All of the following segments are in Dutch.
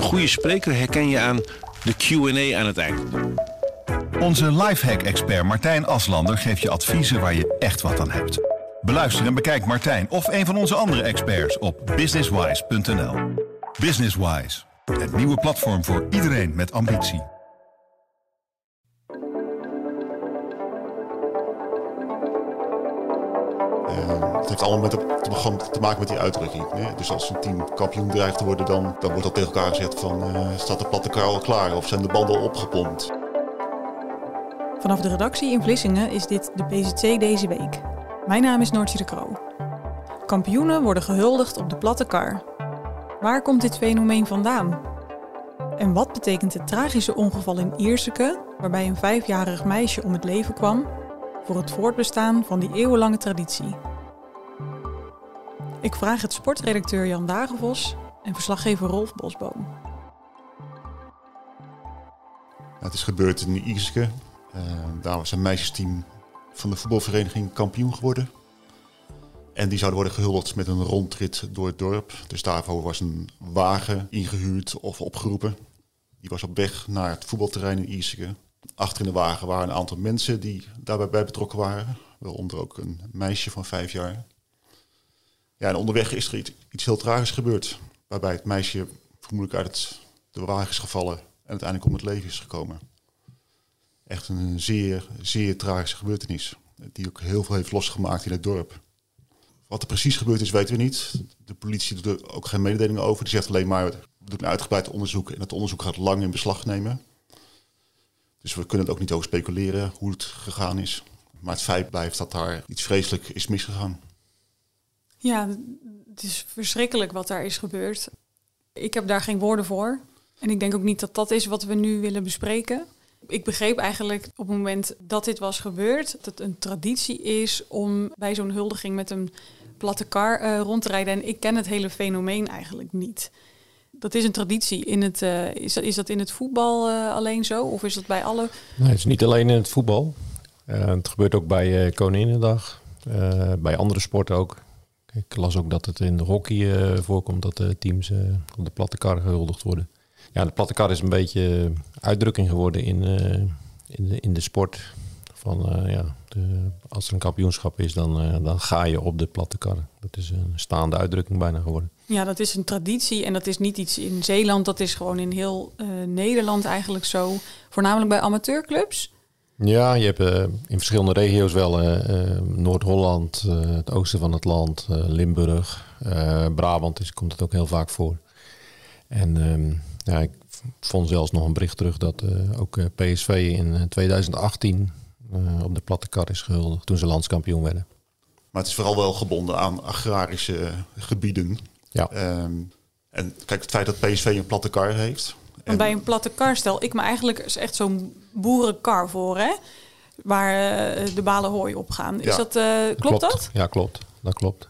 goede spreker herken je aan de Q&A aan het eind. Onze lifehack-expert Martijn Aslander geeft je adviezen waar je echt wat aan hebt. Beluister en bekijk Martijn of een van onze andere experts op businesswise.nl. Businesswise, het nieuwe platform voor iedereen met ambitie. Het heeft allemaal te maken met die uitdrukking. Hè? Dus als een team kampioen dreigt te worden, dan wordt dat tegen elkaar gezegd van staat de platte kar al klaar of zijn de banden al opgepompt. Vanaf de redactie in Vlissingen is dit de PZC deze week. Mijn naam is Noortje de Kroo. Kampioenen worden gehuldigd op de platte kar. Waar komt dit fenomeen vandaan? En wat betekent het tragische ongeval in Ierseke, waarbij een 5-jarig meisje om het leven kwam, voor het voortbestaan van die eeuwenlange traditie? Ik vraag het sportredacteur Jan Dagenvos en verslaggever Rolf Bosboom. Het is gebeurd in Ierseke. Daar was een meisjesteam van de voetbalvereniging kampioen geworden. En die zouden worden gehuldigd met een rondrit door het dorp. Dus daarvoor was een wagen ingehuurd of opgeroepen. Die was op weg naar het voetbalterrein in Ierseke. Achter in de wagen waren een aantal mensen die daarbij betrokken waren. Waaronder ook een meisje van 5 jaar. Ja, en onderweg is er iets heel tragisch gebeurd. Waarbij het meisje vermoedelijk uit de wagen is gevallen en uiteindelijk om het leven is gekomen. Echt een zeer, zeer tragische gebeurtenis. Die ook heel veel heeft losgemaakt in het dorp. Wat er precies gebeurd is, weten we niet. De politie doet er ook geen mededelingen over. Die zegt alleen maar, we doen een uitgebreid onderzoek. En het onderzoek gaat lang in beslag nemen. Dus we kunnen het ook niet over speculeren hoe het gegaan is. Maar het feit blijft dat daar iets vreselijk is misgegaan. Ja, het is verschrikkelijk wat daar is gebeurd. Ik heb daar geen woorden voor. En ik denk ook niet dat dat is wat we nu willen bespreken. Ik begreep eigenlijk op het moment dat dit was gebeurd, dat het een traditie is om bij zo'n huldiging met een platte kar rond te rijden. En ik ken het hele fenomeen eigenlijk niet. Dat is een traditie. Is dat in het voetbal alleen zo? Of is dat bij alle? Nee, het is niet alleen in het voetbal. Het gebeurt ook bij Koninginnedag. Bij andere sporten ook. Ik las ook dat het in de hockey voorkomt dat de teams op de platte kar gehuldigd worden. Ja, de platte kar is een beetje uitdrukking geworden in de sport. Als er een kampioenschap is, dan ga je op de platte kar. Dat is een staande uitdrukking bijna geworden. Ja, dat is een traditie en dat is niet iets in Zeeland. Dat is gewoon in heel Nederland eigenlijk zo. Voornamelijk bij amateurclubs. Ja, je hebt in verschillende regio's wel Noord-Holland, het oosten van het land, Limburg, Brabant komt het ook heel vaak voor. En ik vond zelfs nog een bericht terug dat ook PSV in 2018 op de platte kar is gehuldigd toen ze landskampioen werden. Maar het is vooral wel gebonden aan agrarische gebieden. Ja. En kijk, het feit dat PSV een platte kar heeft. Want bij een platte kar stel ik me eigenlijk echt zo'n boerenkar voor, hè? Waar de balen hooi op gaan. Is dat, klopt dat? Ja, klopt. Dat klopt.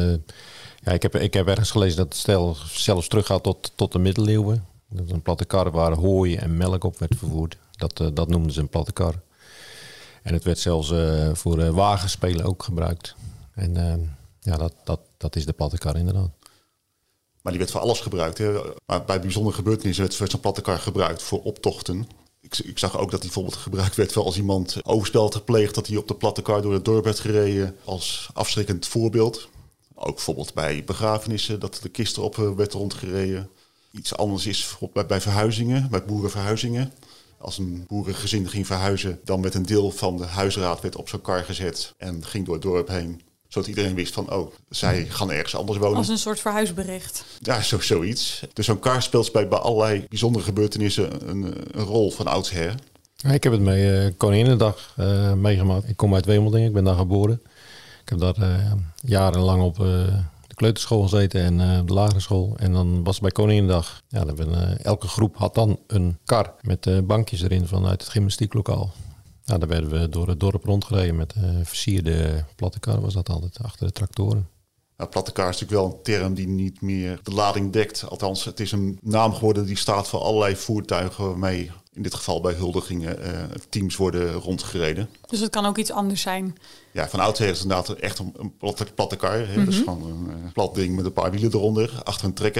Ik heb ergens gelezen dat het stel zelfs teruggaat tot de middeleeuwen. Dat is een platte kar waar hooi en melk op werd vervoerd. Dat noemden ze een platte kar. En het werd zelfs voor wagenspelen ook gebruikt. En dat is de platte kar inderdaad. Maar die werd voor alles gebruikt. Hè? Maar bij bijzondere gebeurtenissen werd zo'n platte kar gebruikt voor optochten. Ik zag ook dat die bijvoorbeeld gebruikt werd voor als iemand overspel had gepleegd, dat hij op de platte kar door het dorp werd gereden als afschrikkend voorbeeld. Ook bijvoorbeeld bij begrafenissen, dat de kist erop werd rondgereden. Iets anders is bij verhuizingen, bij boerenverhuizingen. Als een boerengezin ging verhuizen, dan werd een deel van de huisraad werd op zo'n kar gezet en ging door het dorp heen. Zodat iedereen wist van, zij gaan ergens anders wonen. Als een soort verhuisbericht. Ja, zoiets. Dus zo'n kar speelt bij allerlei bijzondere gebeurtenissen een rol van oudsher. Ja, ik heb het mee Koninginnedag meegemaakt. Ik kom uit Wemeldingen, ik ben daar geboren. Ik heb daar jarenlang op de kleuterschool gezeten en de lagere school. En dan was het bij Koninginnedag. Ja, elke groep had dan een kar met bankjes erin vanuit het gymnastieklokaal. Nou, daar werden we door het dorp rondgereden met versierde platte kar, was dat altijd, achter de tractoren. Nou, platte kar is natuurlijk wel een term die niet meer de lading dekt. Althans, het is een naam geworden die staat voor allerlei voertuigen waarmee, in dit geval bij huldigingen, teams worden rondgereden. Dus het kan ook iets anders zijn? Ja, van oudsher is het inderdaad echt een platte kar. Hè? Mm-hmm. Dus gewoon een plat ding met een paar wielen eronder, achter een trekker.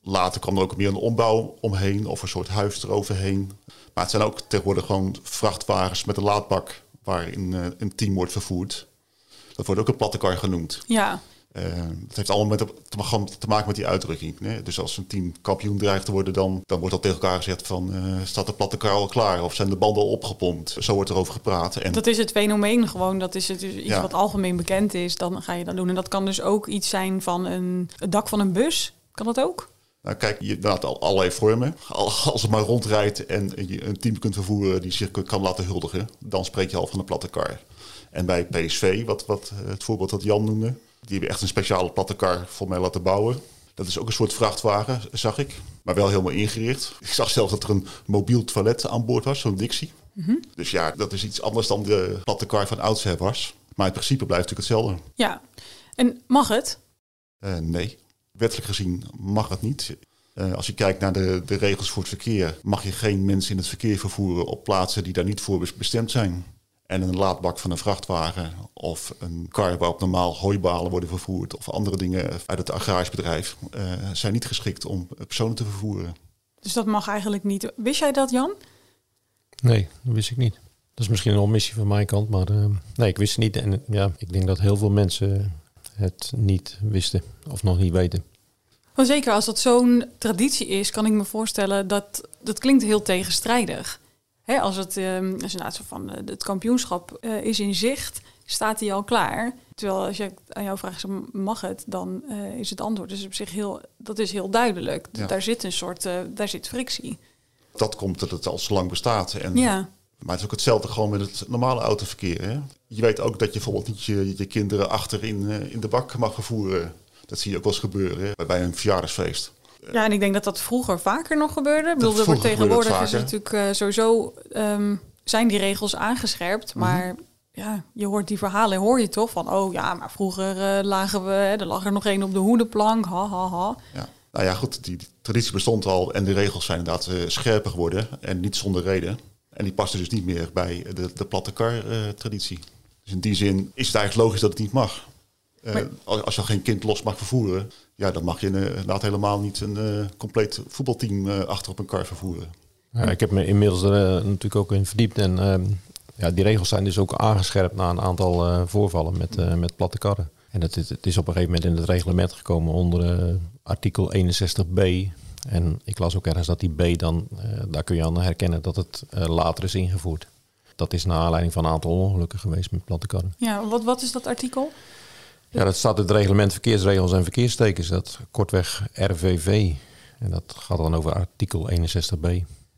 Later kwam er ook meer een ombouw omheen of een soort huis eroverheen. Maar het zijn ook tegenwoordig gewoon vrachtwagens met een laadbak waarin een team wordt vervoerd. Dat wordt ook een plattekar genoemd. Ja. Het heeft allemaal te maken met die uitdrukking. Nee? Dus als een team kampioen dreigt te worden, dan wordt al tegen elkaar gezegd van staat de plattekar al klaar of zijn de banden al opgepompt? Zo wordt erover gepraat. En dat is het fenomeen gewoon. Dat is het dus iets wat algemeen bekend is. Dan ga je dat doen. En dat kan dus ook iets zijn van het dak van een bus. Kan dat ook? Nou, kijk, je laat allerlei vormen. Als het maar rondrijdt en je een team kunt vervoeren die zich kan laten huldigen, dan spreek je al van een plattekar. En bij PSV, wat het voorbeeld dat Jan noemde, die hebben echt een speciale plattekar voor mij laten bouwen. Dat is ook een soort vrachtwagen, zag ik. Maar wel helemaal ingericht. Ik zag zelfs dat er een mobiel toilet aan boord was, zo'n Dixie. Mm-hmm. Dus ja, dat is iets anders dan de plattekar van oudsher was. Maar in principe blijft het natuurlijk hetzelfde. Ja, en mag het? Nee, wettelijk gezien mag het niet. Als je kijkt naar de regels voor het verkeer, mag je geen mensen in het verkeer vervoeren op plaatsen die daar niet voor bestemd zijn. En een laadbak van een vrachtwagen of een kar waarop normaal hooibalen worden vervoerd of andere dingen uit het agrarisch bedrijf zijn niet geschikt om personen te vervoeren. Dus dat mag eigenlijk niet. Wist jij dat, Jan? Nee, dat wist ik niet. Dat is misschien een omissie van mijn kant, maar nee, ik wist het niet. En ja, ik denk dat heel veel mensen het niet wisten of nog niet weten. Maar zeker als dat zo'n traditie is, kan ik me voorstellen dat klinkt heel tegenstrijdig. Hè, als het zo van het kampioenschap is in zicht, staat hij al klaar. Terwijl als je aan jou vraagt, mag het, dan is het antwoord dus op zich heel duidelijk. Ja. Daar zit een soort, daar zit frictie. Dat komt dat het al zo lang bestaat. En, ja. Maar het is ook hetzelfde gewoon met het normale autoverkeer. Hè? Je weet ook dat je bijvoorbeeld niet je kinderen achter in de bak mag vervoeren. Dat zie je ook wel eens gebeuren hè? Bij een verjaardagsfeest. Ja, en ik denk dat dat vroeger vaker nog gebeurde. Ik bedoel, er wordt tegenwoordig is natuurlijk sowieso zijn die regels aangescherpt. Maar ja, je hoort die verhalen, hoor je toch van, oh ja, maar vroeger er lag er nog één op de hoedenplank, ha, ha, ha. Ja. Nou ja, goed, die traditie bestond al en de regels zijn inderdaad scherper geworden en niet zonder reden. En die passen dus niet meer bij de platte kar-traditie. Dus in die zin is het eigenlijk logisch dat het niet mag. Als je geen kind los mag vervoeren, ja, dan mag je inderdaad helemaal niet een compleet voetbalteam achter op een kar vervoeren. Ja, ik heb me inmiddels er natuurlijk ook in verdiept. En die regels zijn dus ook aangescherpt na een aantal voorvallen met platte karren. En het is op een gegeven moment in het reglement gekomen onder artikel 61b. En ik las ook ergens dat die B dan, daar kun je aan herkennen dat het later is ingevoerd. Dat is naar aanleiding van een aantal ongelukken geweest met platte karren. Ja, wat is dat artikel? Ja, dat staat in het reglement verkeersregels en verkeerstekens. Dat kortweg RVV. En dat gaat dan over artikel 61b.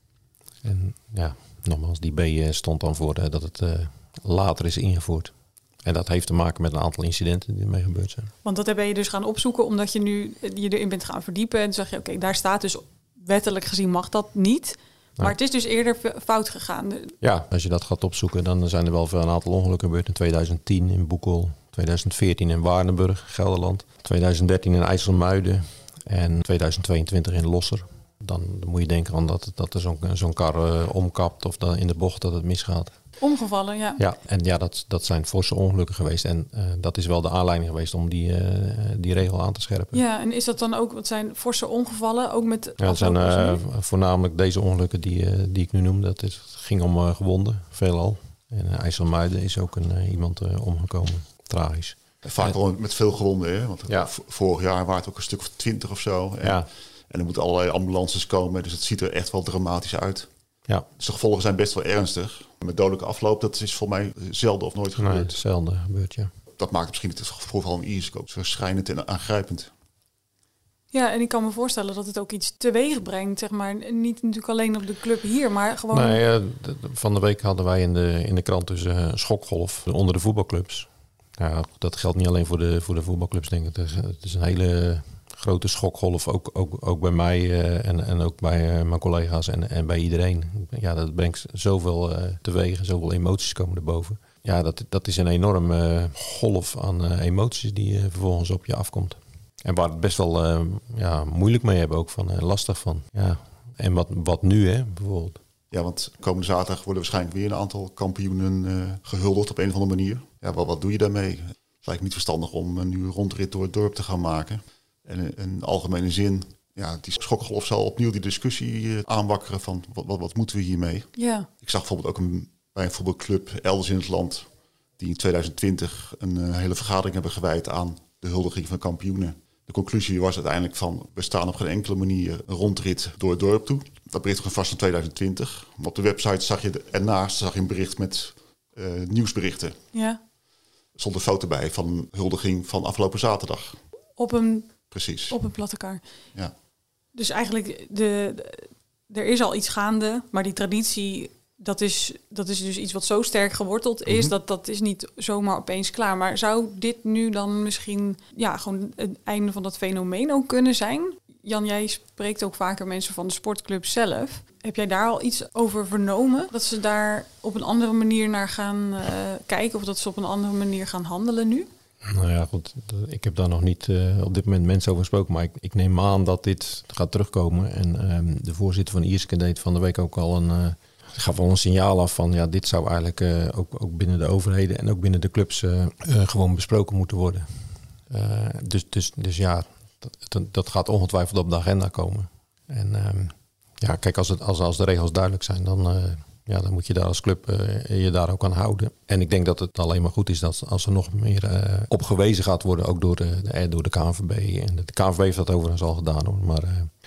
En ja, nogmaals, die B stond dan voor dat het later is ingevoerd. En dat heeft te maken met een aantal incidenten die ermee gebeurd zijn. Want dat ben je dus gaan opzoeken omdat je nu je erin bent gaan verdiepen. En dan zeg je, oké, daar staat dus wettelijk gezien mag dat niet. Maar het is dus eerder fout gegaan. Ja, als je dat gaat opzoeken, dan zijn er wel een aantal ongelukken gebeurd. In 2010 in Boekel, 2014 in Waardenburg, Gelderland. 2013 in IJsselmuiden en 2022 in Losser. Dan moet je denken aan dat er zo'n kar omkapt of dan in de bocht dat het misgaat. Omgevallen, ja. Ja, en ja, dat zijn forse ongelukken geweest. En dat is wel de aanleiding geweest om die regel aan te scherpen. Ja, en is dat dan ook, wat zijn forse ongevallen? Ook met ja, het zijn voornamelijk deze ongelukken die ik nu noem. Het ging om gewonden, veelal. En IJsselmuiden is ook iemand omgekomen, tragisch. Vaak wel met veel gewonden, hè? Want vorig jaar waren het ook een stuk of 20 of zo. En er moeten allerlei ambulances komen, dus het ziet er echt wel dramatisch uit. Ja. Dus de gevolgen zijn best wel ernstig. Met dodelijke afloop, dat is voor mij zelden of nooit gebeurd. Nee, zelden gebeurd, ja. Dat maakt misschien het voorval in Ierseke ook zo schrijnend en aangrijpend. Ja, en ik kan me voorstellen dat het ook iets teweeg brengt, zeg maar. Niet natuurlijk alleen op de club hier, maar gewoon... Nee, van de week hadden wij in de krant dus een schokgolf onder de voetbalclubs. Ja, dat geldt niet alleen voor de voetbalclubs, denk ik. Het is een hele grote schokgolf, ook bij mij en ook bij mijn collega's en bij iedereen. Ja, dat brengt zoveel teweeg, zoveel emoties komen erboven. Ja, dat is een enorme golf aan emoties die vervolgens op je afkomt. En waar het best wel moeilijk mee hebben, ook van lastig van. Ja. En wat nu, hè, bijvoorbeeld? Ja, want komende zaterdag worden waarschijnlijk weer een aantal kampioenen gehuldigd op een of andere manier. Ja, wat doe je daarmee? Het lijkt me niet verstandig om nu een rondrit door het dorp te gaan maken. En in algemene zin die schokgolf zal opnieuw die discussie aanwakkeren van wat moeten we hiermee? Ja. Ik zag bijvoorbeeld ook bij een voetbalclub elders in het land die in 2020 een hele vergadering hebben gewijd aan de huldiging van kampioenen. De conclusie was uiteindelijk van, we staan op geen enkele manier een rondrit door het dorp toe. Dat bericht was vast van 2020. Maar op de website zag je ernaast een bericht met nieuwsberichten. Ja. Er stond een foto bij van een huldiging van afgelopen zaterdag. Precies. Op een platte kar. Ja. Dus eigenlijk, er is al iets gaande, maar die traditie, dat is dus iets wat zo sterk geworteld is, dat is niet zomaar opeens klaar. Maar zou dit nu dan misschien gewoon het einde van dat fenomeen ook kunnen zijn? Jan, jij spreekt ook vaker mensen van de sportclub zelf. Heb jij daar al iets over vernomen? Dat ze daar op een andere manier naar gaan kijken of dat ze op een andere manier gaan handelen nu? Nou ja, goed. Ik heb daar nog niet op dit moment mensen over gesproken. Maar ik neem aan dat dit gaat terugkomen. En de voorzitter van Ierseke deed van de week ook al gaf al een signaal af van dit zou eigenlijk ook binnen de overheden en ook binnen de clubs gewoon besproken moeten worden. Dus ja, dat gaat ongetwijfeld op de agenda komen. En kijk, als de regels duidelijk zijn, dan moet je daar als club je daar ook aan houden. En ik denk dat het alleen maar goed is dat als er nog meer op gewezen gaat worden, ook door de KNVB. En de KNVB heeft dat overigens al gedaan hoor. Maar,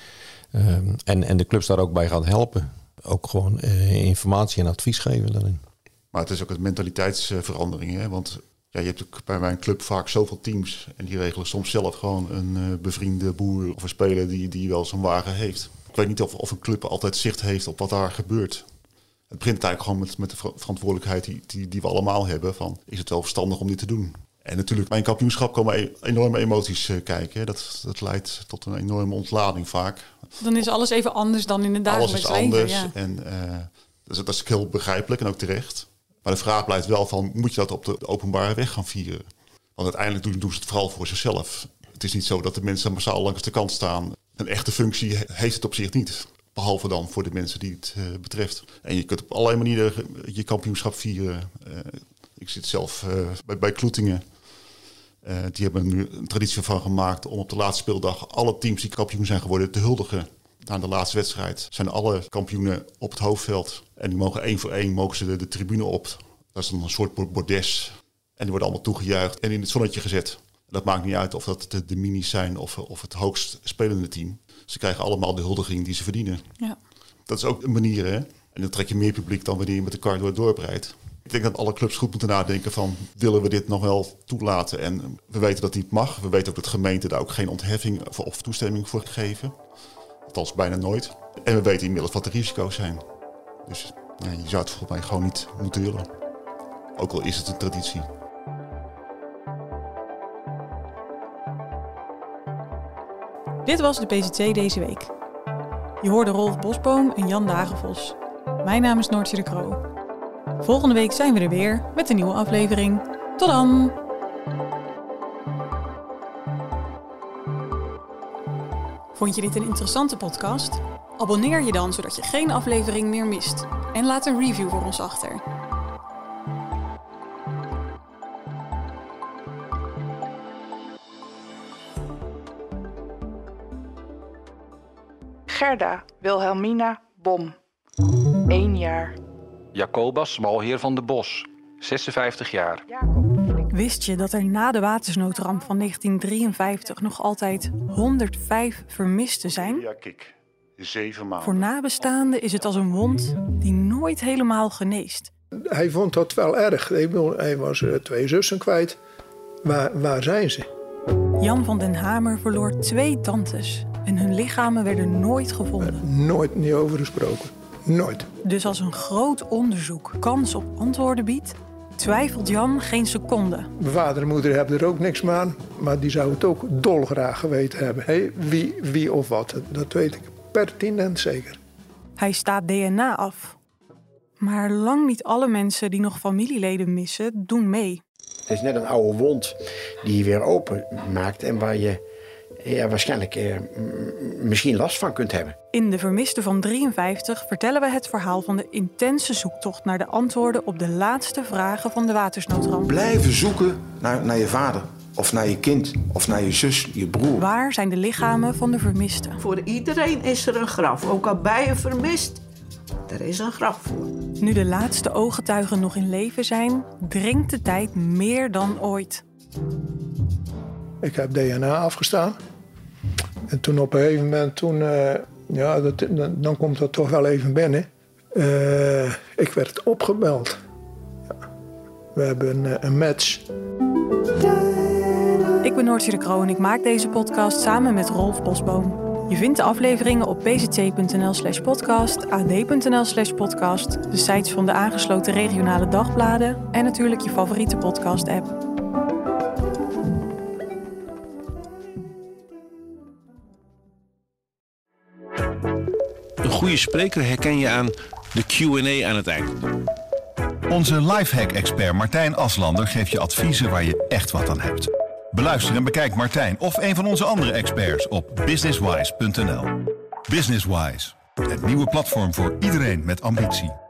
en de clubs daar ook bij gaan helpen. Ook gewoon informatie en advies geven daarin. Maar het is ook een mentaliteitsverandering. Hè? Want je hebt ook bij mijn club vaak zoveel teams. En die regelen soms zelf gewoon een bevriende boer of een speler die wel zo'n wagen heeft. Ik weet niet of een club altijd zicht heeft op wat daar gebeurt. Het begint eigenlijk gewoon met de verantwoordelijkheid die we allemaal hebben. Van, is het wel verstandig om dit te doen? En natuurlijk, bij een kampioenschap komen enorme emoties kijken. Hè? Dat leidt tot een enorme ontlading vaak. Dan is alles even anders dan in het dagelijks leven. Alles is anders. Ja. En dat is heel begrijpelijk en ook terecht. Maar de vraag blijft wel van, moet je dat op de openbare weg gaan vieren? Want uiteindelijk doen ze het vooral voor zichzelf. Het is niet zo dat de mensen massaal langs de kant staan. Een echte functie heeft het op zich niet. Behalve dan voor de mensen die het betreft. En je kunt op allerlei manieren je kampioenschap vieren. Ik zit zelf bij Kloetingen. Die hebben er nu een traditie van gemaakt om op de laatste speeldag alle teams die kampioen zijn geworden te huldigen. Na de laatste wedstrijd zijn alle kampioenen op het hoofdveld. En die mogen één voor één de tribune op. Dat is dan een soort bordes. En die worden allemaal toegejuicht en in het zonnetje gezet. Dat maakt niet uit of dat de minis zijn of het hoogst spelende team. Ze krijgen allemaal de huldiging die ze verdienen. Ja. Dat is ook een manier, hè? En dan trek je meer publiek dan wanneer je met de kar door het dorp rijdt. Ik denk dat alle clubs goed moeten nadenken van, willen we dit nog wel toelaten? En we weten dat het niet mag. We weten ook dat gemeenten daar ook geen ontheffing of toestemming voor geven. Althans bijna nooit. En we weten inmiddels wat de risico's zijn. Dus je zou het volgens mij gewoon niet moeten willen. Ook al is het een traditie. Dit was de PZC deze week. Je hoorde Rolf Bosboom en Jan Dagenvos. Mijn naam is Noortje de Croo. Volgende week zijn we er weer met een nieuwe aflevering. Tot dan! Vond je dit een interessante podcast? Abonneer je dan, zodat je geen aflevering meer mist. En laat een review voor ons achter. Gerda Wilhelmina Bom, 1 jaar. Jacobus Malheer van de Bos, 56 jaar. Wist je dat er na de watersnoodramp van 1953 nog altijd 105 vermisten zijn? Ja, kijk. 7 maanden. Voor nabestaanden is het als een wond die nooit helemaal geneest. Hij vond dat wel erg. Hij was 2 zussen kwijt. Waar zijn ze? Jan van den Hamer verloor 2 tantes. En hun lichamen werden nooit gevonden. Nooit niet over gesproken. Nooit. Dus als een groot onderzoek kans op antwoorden biedt, twijfelt Jan geen seconde. Mijn vader en moeder hebben er ook niks meer aan. Maar die zou het ook dolgraag geweten hebben. Hey, wie of wat. Dat weet ik pertinent zeker. Hij staat DNA af. Maar lang niet alle mensen die nog familieleden missen, doen mee. Het is net een oude wond die je weer open maakt en waar je waarschijnlijk misschien last van kunt hebben. In De Vermiste van 53 vertellen we het verhaal van de intense zoektocht naar de antwoorden op de laatste vragen van de watersnoodramp. Blijven zoeken naar je vader of naar je kind, of naar je zus, je broer. Waar zijn de lichamen van de vermisten? Voor iedereen is er een graf. Ook al ben je vermist, er is een graf voor. Nu de laatste ooggetuigen nog in leven zijn, dringt de tijd meer dan ooit. Ik heb DNA afgestaan. En toen op een gegeven moment, dan komt dat toch wel even binnen. Ik werd opgebeld. Ja. We hebben een match. Ik ben Noortje de Kroo en ik maak deze podcast samen met Rolf Bosboom. Je vindt de afleveringen op pct.nl/podcast, ad.nl/podcast, de sites van de aangesloten regionale dagbladen en natuurlijk je favoriete podcast-app. Een goede spreker herken je aan de Q&A aan het eind. Onze lifehack-expert Martijn Aslander geeft je adviezen waar je echt wat aan hebt. Beluister en bekijk Martijn of een van onze andere experts op businesswise.nl. Businesswise, het nieuwe platform voor iedereen met ambitie.